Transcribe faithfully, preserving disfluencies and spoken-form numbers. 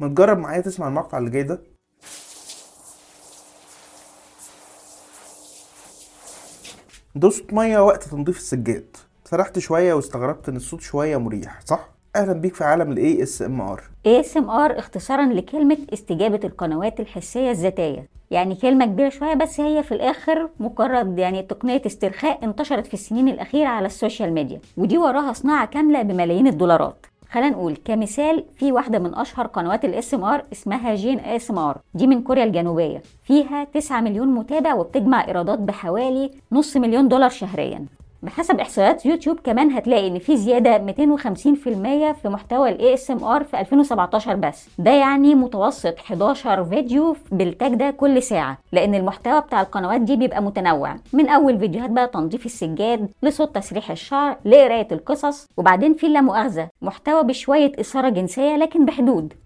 ما تجرب معايا تسمع المقطع اللي جاي ده. دوست ميه وقت تنظيف السجاد، سرحت شويه واستغربت ان الصوت شويه مريح، صح؟ اهلا بيك في عالم الاي اس ام ار. إيه إس إم آر اختصارا لكلمة استجابة القنوات الحسية الذاتية، يعني كلمة كبيرة شوية بس هي في الآخر مجرد يعني تقنية استرخاء انتشرت في السنين الأخيرة على السوشيال ميديا، ودي وراها صناعة كاملة بملايين الدولارات. خلينا نقول كمثال، في واحدة من أشهر قنوات ال إس إم آر اسمها جين إس إم آر، دي من كوريا الجنوبية، فيها تسعة مليون متابع وبتجمع إيرادات بحوالي نص مليون دولار شهريا. بحسب احصائيات يوتيوب كمان هتلاقي ان في زياده مئتين وخمسين في المية في محتوى الاي اس ام ار في ألفين وسبعتاشر بس، ده يعني متوسط حداشر فيديو بالتاج ده كل ساعه، لان المحتوى بتاع القنوات دي بيبقى متنوع، من اول فيديوهات بقى تنظيف السجاد لصوت تسريح الشعر لقرايه القصص، وبعدين في لا مؤاخذه محتوى بشويه اثاره جنسيه لكن بحدود.